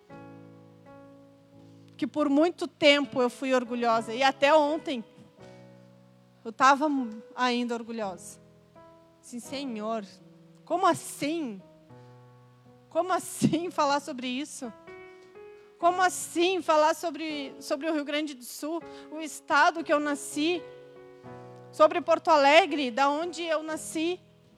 [SPEAKER 1] Que por muito tempo eu fui orgulhosa. E até ontem, eu estava ainda orgulhosa. Sim, Senhor, como assim? Como assim falar sobre isso? Como assim falar sobre, sobre o Rio Grande do Sul, o estado que eu nasci? Sobre Porto Alegre, da onde eu nasci?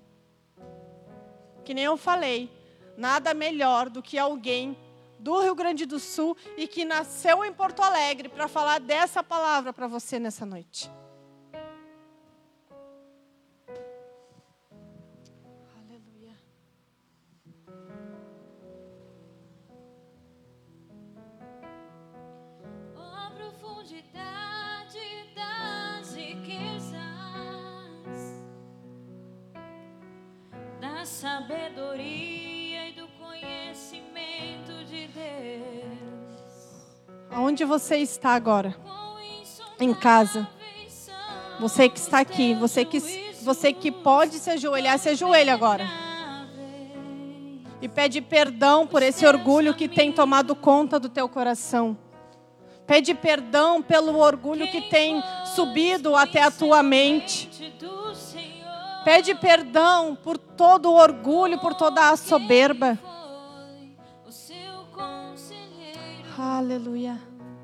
[SPEAKER 1] Que nem eu falei, nada melhor do que alguém do Rio Grande do Sul e que nasceu em Porto Alegre para falar dessa palavra para você nessa noite.
[SPEAKER 2] Das riquezas, da sabedoria e do conhecimento de Deus.
[SPEAKER 1] Aonde você está agora? Em casa. Você que está aqui, você que, você que pode se ajoelhar, se ajoelha agora. E pede perdão por esse orgulho que tem tomado conta do teu coração. Pede perdão pelo orgulho que tem subido até a tua mente. Pede perdão por todo o orgulho, por toda a soberba. Aleluia.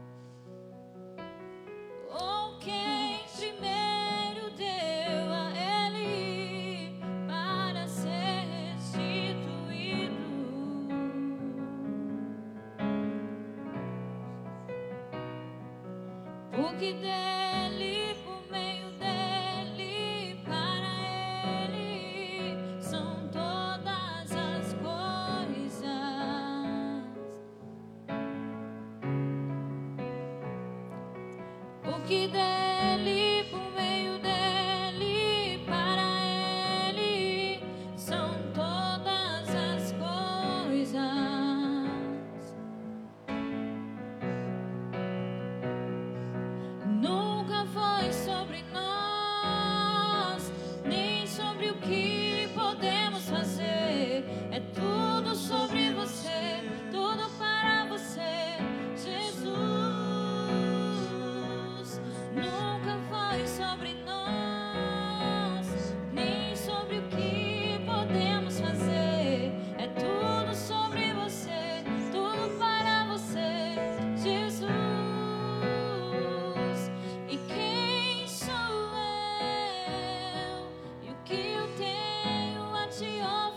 [SPEAKER 2] O que dele, por meio dele, para ele, são todas as coisas. O que dele, por meio dele, para ele, são todas as coisas. Nunca foi sobre nós, nem sobre o que podemos fazer. É tudo sobre você, tudo para você, Jesus. Nunca foi sobre nós, nem sobre o que podemos fazer. É tudo sobre você, tudo para você, Jesus.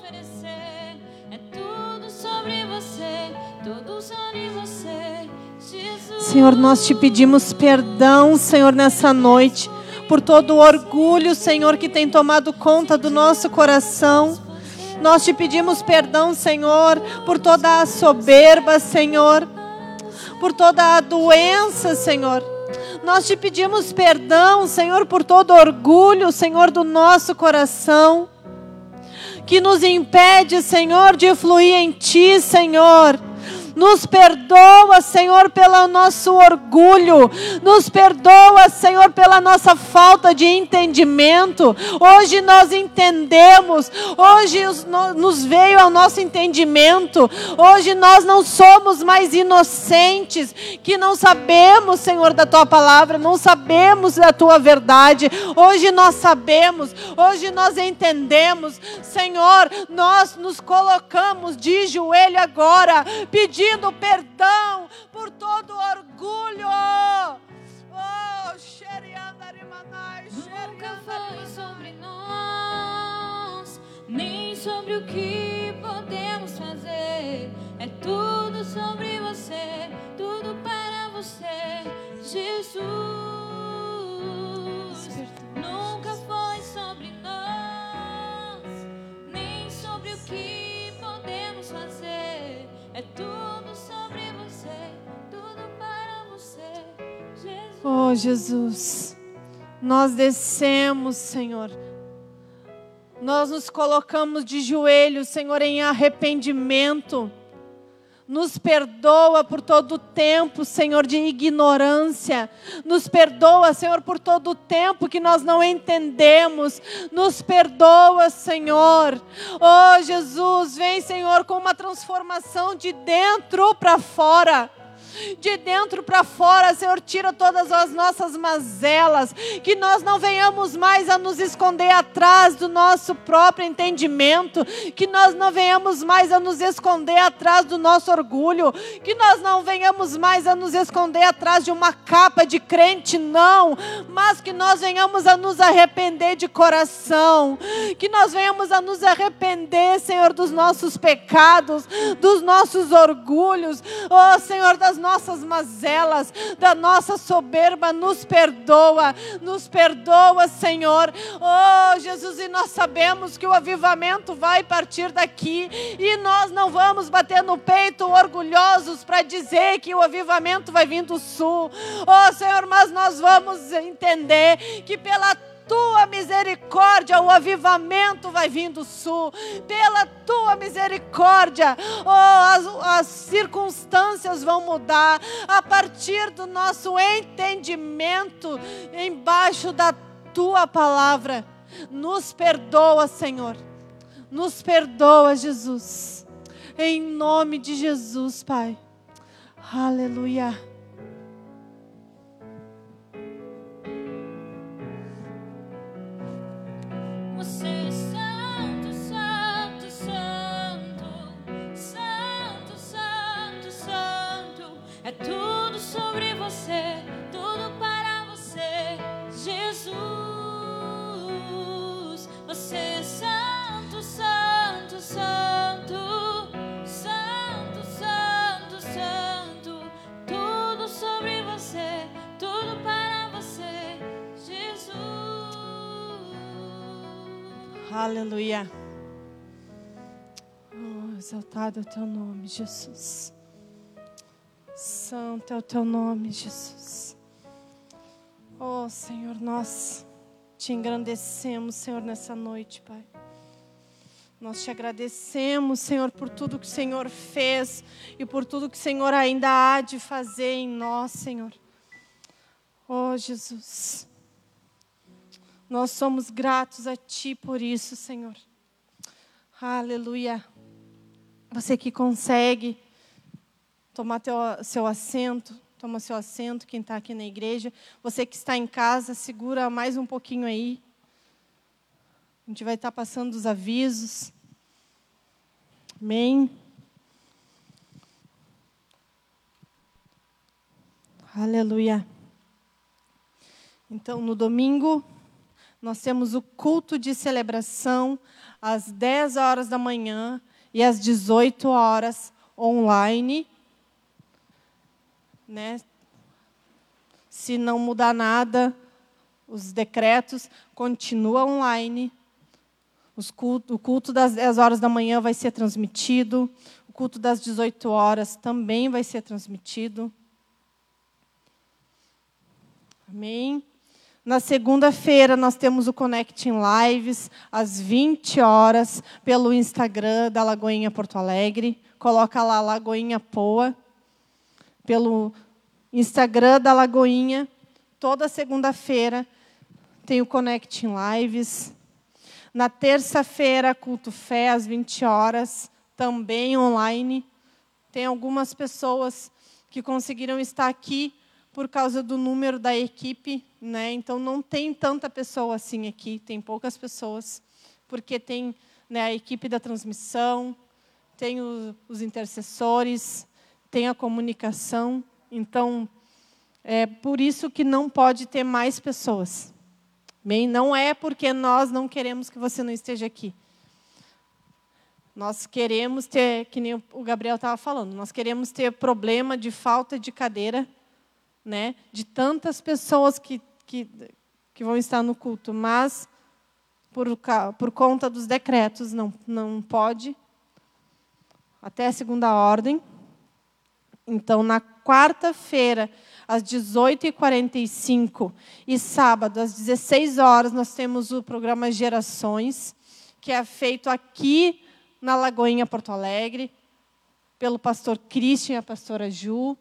[SPEAKER 2] Tudo sobre você,
[SPEAKER 1] Senhor, nós te pedimos perdão, Senhor, nessa noite, por todo o orgulho, Senhor, que tem tomado conta do nosso coração. Nós te pedimos perdão, Senhor, por toda a soberba, Senhor, por toda a doença, Senhor. Nós te pedimos perdão, Senhor, por todo o orgulho, Senhor, do nosso coração, que nos impede, Senhor, de fluir em Ti, Senhor. Nos perdoa, Senhor, pelo nosso orgulho. Nos perdoa, Senhor, pela nossa falta de entendimento. Hoje nós entendemos. Hoje nos veio ao nosso entendimento. Hoje nós não somos mais inocentes, que não sabemos, Senhor, da Tua palavra, não sabemos da Tua verdade. Hoje nós sabemos. Hoje nós entendemos. Senhor, nós nos colocamos de joelho agora, pedindo pedindo perdão por todo orgulho. Oh,
[SPEAKER 2] nunca foi sobre nós, nem sobre o que podemos fazer. É tudo sobre você, tudo para você, Jesus. Nunca foi sobre nós, nem sobre o que podemos fazer. É tudo sobre você, tudo para você, Jesus.
[SPEAKER 1] Oh, Jesus, nós descemos, Senhor. Nós nos colocamos de joelhos, Senhor, em arrependimento. Nos perdoa por todo o tempo, Senhor, de ignorância. Nos perdoa, Senhor, por todo o tempo que nós não entendemos. Nos perdoa, Senhor. Oh, Jesus, vem, Senhor, com uma transformação de dentro para fora. De dentro para fora, Senhor, tira todas as nossas mazelas, que nós não venhamos mais a nos esconder atrás do nosso próprio entendimento, que nós não venhamos mais a nos esconder atrás do nosso orgulho, que nós não venhamos mais a nos esconder atrás de uma capa de crente, não, mas que nós venhamos a nos arrepender de coração, que nós venhamos a nos arrepender, Senhor, dos nossos pecados, dos nossos orgulhos, oh, Senhor, das nossas mazelas, da nossa soberba. Nos perdoa, nos perdoa, Senhor. Oh, Jesus, e nós sabemos que o avivamento vai partir daqui, e nós não vamos bater no peito orgulhosos para dizer que o avivamento vai vir do sul. Oh, Senhor, mas nós vamos entender que pela Tua misericórdia, o avivamento vai vir do sul. Pela Tua misericórdia, oh, as, as circunstâncias vão mudar a partir do nosso entendimento embaixo da Tua palavra. Nos perdoa, Senhor. Nos perdoa, Jesus. Em nome de Jesus, Pai. Aleluia.
[SPEAKER 2] Você é santo, santo, santo, santo, santo, santo. É tudo sobre você, tudo para você, Jesus. Você é santo, santo, santo, santo, santo, santo. Tudo sobre você, tudo para você, Jesus.
[SPEAKER 1] Aleluia. Oh, exaltado é o Teu nome, Jesus. Santo é o Teu nome, Jesus. Oh, Senhor, nós Te engrandecemos, Senhor, nessa noite, Pai. Nós Te agradecemos, Senhor, por tudo que o Senhor fez e por tudo que o Senhor ainda há de fazer em nós, Senhor. Oh, Jesus. Nós somos gratos a Ti por isso, Senhor. Aleluia. Você que consegue tomar teu, seu assento, toma seu assento, quem está aqui na igreja. Você que está em casa, segura mais um pouquinho aí. A gente vai estar passando os avisos. Amém. Aleluia. Então, no domingo, nós temos o culto de celebração às dez horas da manhã e às dezoito horas online né? Se não mudar nada, os decretos continuam online. Os culto, o culto das dez horas da manhã vai ser transmitido. O culto das dezoito horas também vai ser transmitido. Amém? Na segunda-feira, nós temos o Connecting Lives, às vinte horas, pelo Instagram da Lagoinha Porto Alegre. Coloca lá, Lagoinha Poa. Pelo Instagram da Lagoinha, toda segunda-feira, tem o Connecting Lives. Na terça-feira, culto fé, às vinte horas, também online. Tem algumas pessoas que conseguiram estar aqui por causa do número da equipe, né? Então, não tem tanta pessoa assim aqui, tem poucas pessoas, porque tem, né, a equipe da transmissão, tem o, os intercessores, tem a comunicação. Então, é por isso que não pode ter mais pessoas. Bem, não é porque nós não queremos que você não esteja aqui. Nós queremos ter, que nem o Gabriel estava falando, nós queremos ter problema de falta de cadeira, né, de tantas pessoas que, que, que vão estar no culto, mas, por, por conta dos decretos, não, não pode, até a segunda ordem. Então, na quarta-feira, às dezoito e quarenta e cinco, e sábado, às dezesseis horas, nós temos o programa Gerações, que é feito aqui na Lagoinha Porto Alegre, pelo pastor Christian e a pastora Ju.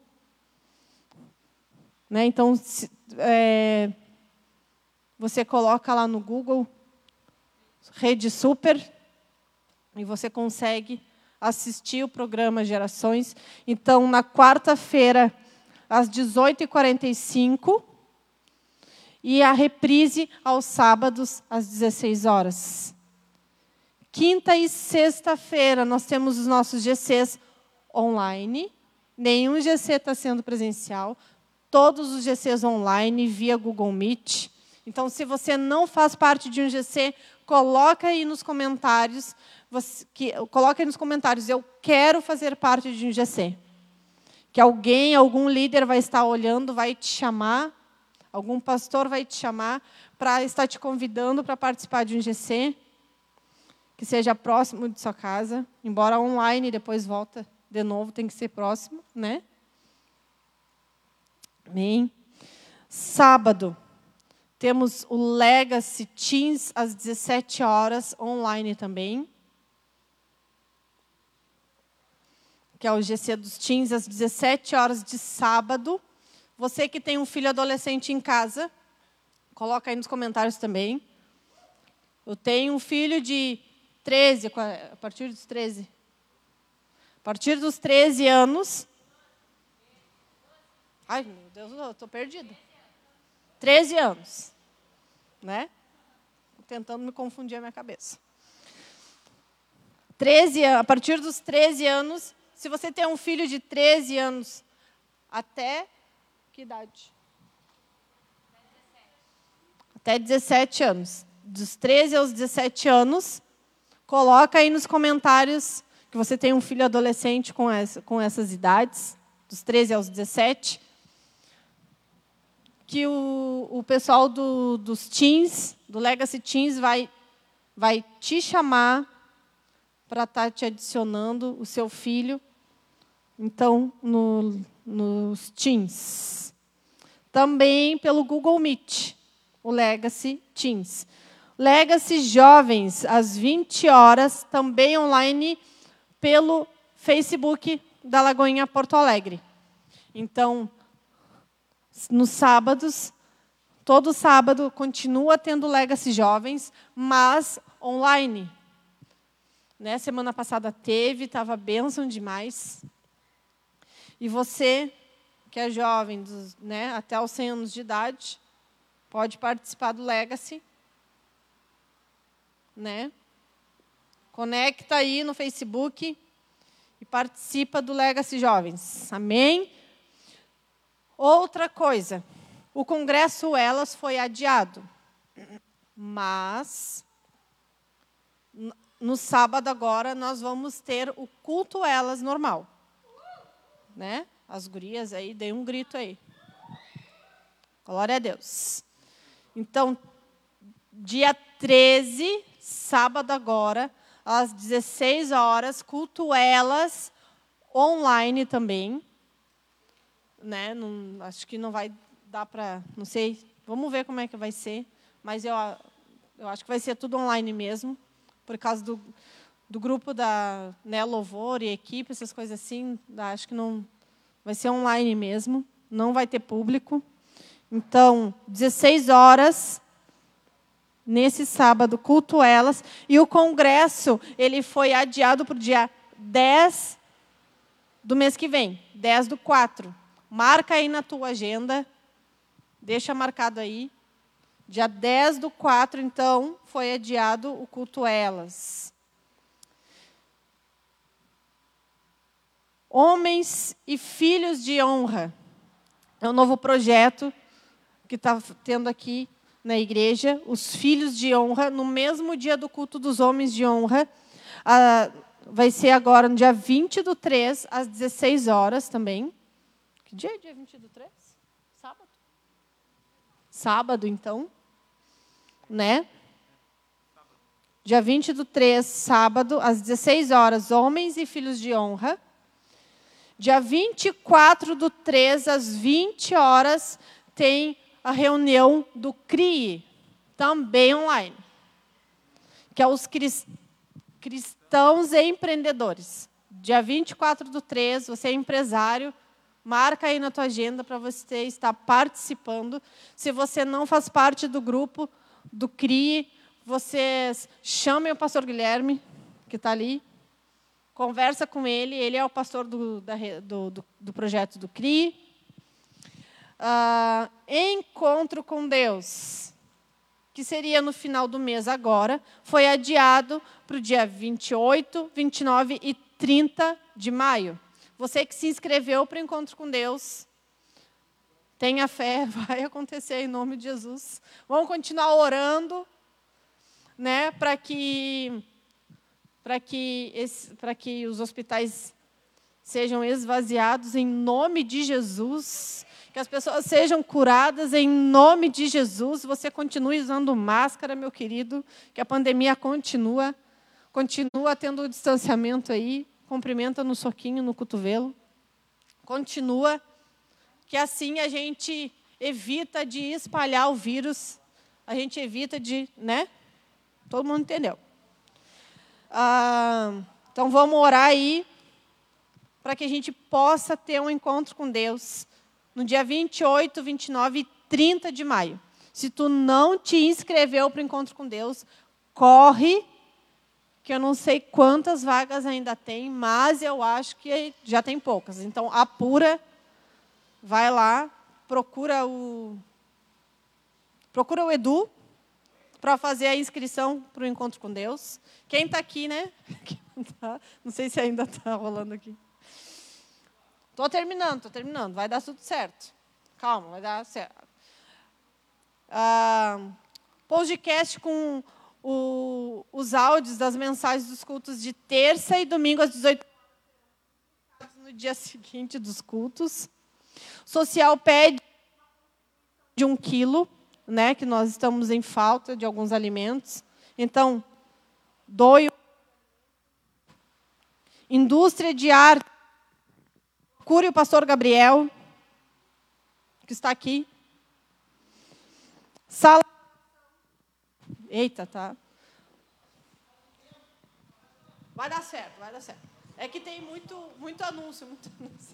[SPEAKER 1] Né? Então, se, é, você coloca lá no Google, Rede Super, e você consegue assistir o programa Gerações. Então, na quarta-feira, às dezoito e quarenta e cinco, e a reprise aos sábados, às dezesseis horas. Quinta e sexta-feira, nós temos os nossos G Cs online. Nenhum G C está sendo presencial. Todos os G Cs online, via Google Meet. Então, se você não faz parte de um G C, coloca aí nos comentários, você, que, coloca aí nos comentários, eu quero fazer parte de um G C. Que alguém, algum líder vai estar olhando, vai te chamar, algum pastor vai te chamar para estar te convidando para participar de um G C, que seja próximo de sua casa, embora online, depois volta de novo, tem que ser próximo, né? Amém? Sábado, temos o Legacy Teens às dezessete horas, online também. Que é o G C dos Teens, às dezessete horas de sábado. Você que tem um filho adolescente em casa, coloca aí nos comentários também. Eu tenho um filho de treze, a partir dos treze. A partir dos treze anos... Ai, meu Deus, eu estou perdida. treze anos. Né? Tentando me confundir a minha cabeça. treze, a partir dos treze anos, se você tem um filho de treze anos, até que idade? Até dezessete anos. Dos treze aos dezessete anos, coloca aí nos comentários que você tem um filho adolescente com, essa, com essas idades, dos treze aos dezessete, que o, o pessoal do, dos Teens, do Legacy Teens, vai, vai te chamar para estar te adicionando o seu filho, então, no, nos Teens. Também pelo Google Meet, o Legacy Teens. Legacy Jovens, às vinte horas, também online, pelo Facebook da Lagoinha Porto Alegre. Então, nos sábados, todo sábado, continua tendo Legacy Jovens, mas online. Né? Semana passada teve, estava bênção demais. E você, que é jovem, dos, né, até os cem anos de idade, pode participar do Legacy. Né? Conecta aí no Facebook e participa do Legacy Jovens. Amém? Outra coisa, o Congresso Elas foi adiado, mas no sábado agora nós vamos ter o culto Elas normal. Né? as gurias aí, dei um grito aí. Glória a Deus. Então, dia treze, sábado agora, às dezesseis horas, culto elas online também. Né? Não, acho que não vai dar para, não sei, vamos ver como é que vai ser, mas eu, eu acho que vai ser tudo online mesmo, por causa do, do grupo da, né, louvor e equipe, essas coisas assim, acho que não vai ser online mesmo, não vai ter público. Então, dezesseis horas, nesse sábado, culto elas, e o congresso ele foi adiado para o dia dez do mês que vem, dez do quatro. Marca aí na tua agenda, deixa marcado aí. Dia dez do quatro, então, foi adiado o culto elas. Homens e filhos de honra. É um novo projeto que está tendo aqui na igreja. Os filhos de honra, no mesmo dia do culto dos homens de honra. Ah, vai ser agora no dia vinte do três, às dezesseis horas também. Que dia é dia vinte do três? Sábado? Sábado, então. Né? Dia vinte do três, sábado, às dezesseis horas, homens e filhos de honra. Dia vinte e quatro do três, às vinte horas, tem a reunião do C R I, também online. Que é os cristãos e empreendedores. Dia vinte e quatro do três, você é empresário, marca aí na tua agenda para você estar participando. Se você não faz parte do grupo do C R I, vocês chamem o pastor Guilherme, que está ali, conversa com ele, ele é o pastor do, da, do, do, do projeto do C R I. Uh, encontro com Deus, que seria no final do mês agora, foi adiado para o dia vinte e oito, vinte e nove e trinta de maio. Você que se inscreveu para o Encontro com Deus, tenha fé, vai acontecer em nome de Jesus. Vamos continuar orando, né, para que, para que, esse, para que os hospitais sejam esvaziados em nome de Jesus, que as pessoas sejam curadas em nome de Jesus. Você continue usando máscara, meu querido, que a pandemia continua, continua tendo o distanciamento aí, cumprimenta no soquinho, no cotovelo. Continua, que assim a gente evita de espalhar o vírus, a gente evita de, né? Todo mundo entendeu. Ah, então, vamos orar aí, para que a gente possa ter um encontro com Deus, no dia vinte e oito, vinte e nove e trinta de maio. Se tu não te inscreveu para o encontro com Deus, corre, que eu não sei quantas vagas ainda tem, mas eu acho que já tem poucas. Então, apura, vai lá, procura o, procura o Edu para fazer a inscrição para o encontro com Deus. Quem está aqui, né? Não sei se ainda está rolando aqui. Estou terminando, estou terminando. Vai dar tudo certo. Calma, vai dar certo. Ah, podcast com o, os áudios das mensagens dos cultos de terça e domingo às dezoito horas, no dia seguinte dos cultos. Social pede de um quilo, né, que nós estamos em falta de alguns alimentos. Então, doe. Indústria de arte. Procure o pastor Gabriel, que está aqui. Sala. Eita, tá. Vai dar certo, vai dar certo. É que tem muito, muito anúncio, muito anúncio.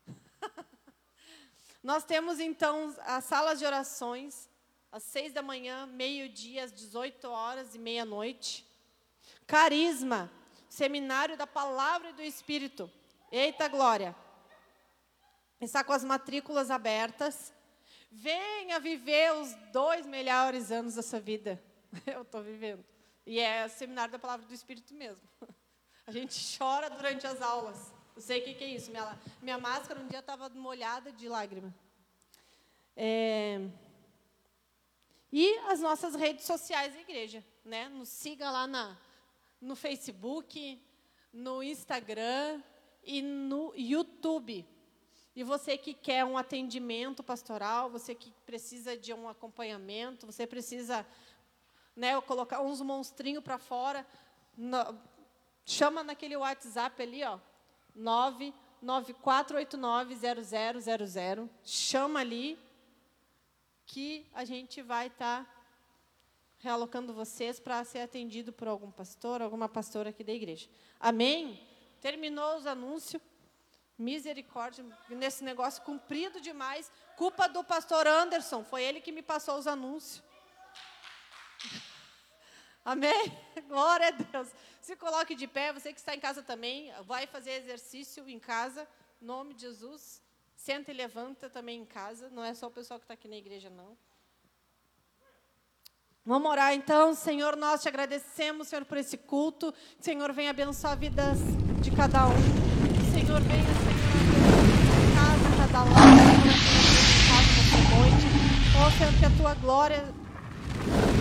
[SPEAKER 1] Nós temos, então, as salas de orações, às seis da manhã, meio-dia, às dezoito horas e meia-noite. Carisma, seminário da Palavra e do Espírito. Eita, glória! Está com as matrículas abertas. Venha viver os dois melhores anos da sua vida. Eu estou vivendo. E é o seminário da Palavra do Espírito mesmo. A gente chora durante as aulas. Eu sei o que, que é isso. Minha, minha máscara um dia estava molhada de lágrima. É... E as nossas redes sociais da igreja. Né? Nos siga lá na, no Facebook, no Instagram e no YouTube. E você que quer um atendimento pastoral, você que precisa de um acompanhamento, você precisa, né, colocar uns monstrinhos para fora, no, chama naquele WhatsApp ali, ó, nove nove quatro oito nove zero zero zero zero. Chama ali que a gente vai estar tá realocando vocês para ser atendido por algum pastor, alguma pastora aqui da igreja. Amém? Terminou os anúncios. Misericórdia, nesse negócio comprido demais. Culpa do pastor Anderson, foi ele que me passou os anúncios. Amém? Glória a Deus. Se coloque de pé, você que está em casa também, vai fazer exercício em casa, em nome de Jesus. Senta e levanta também em casa, não é só o pessoal que está aqui na igreja, não. Vamos orar então. Senhor, nós te agradecemos, Senhor, por esse culto. Senhor, venha abençoar a vida de cada um. Senhor, venha, Senhor, abençoar cada casa, cada lar, Senhor, nessa noite. Ó, Senhor, que a tua glória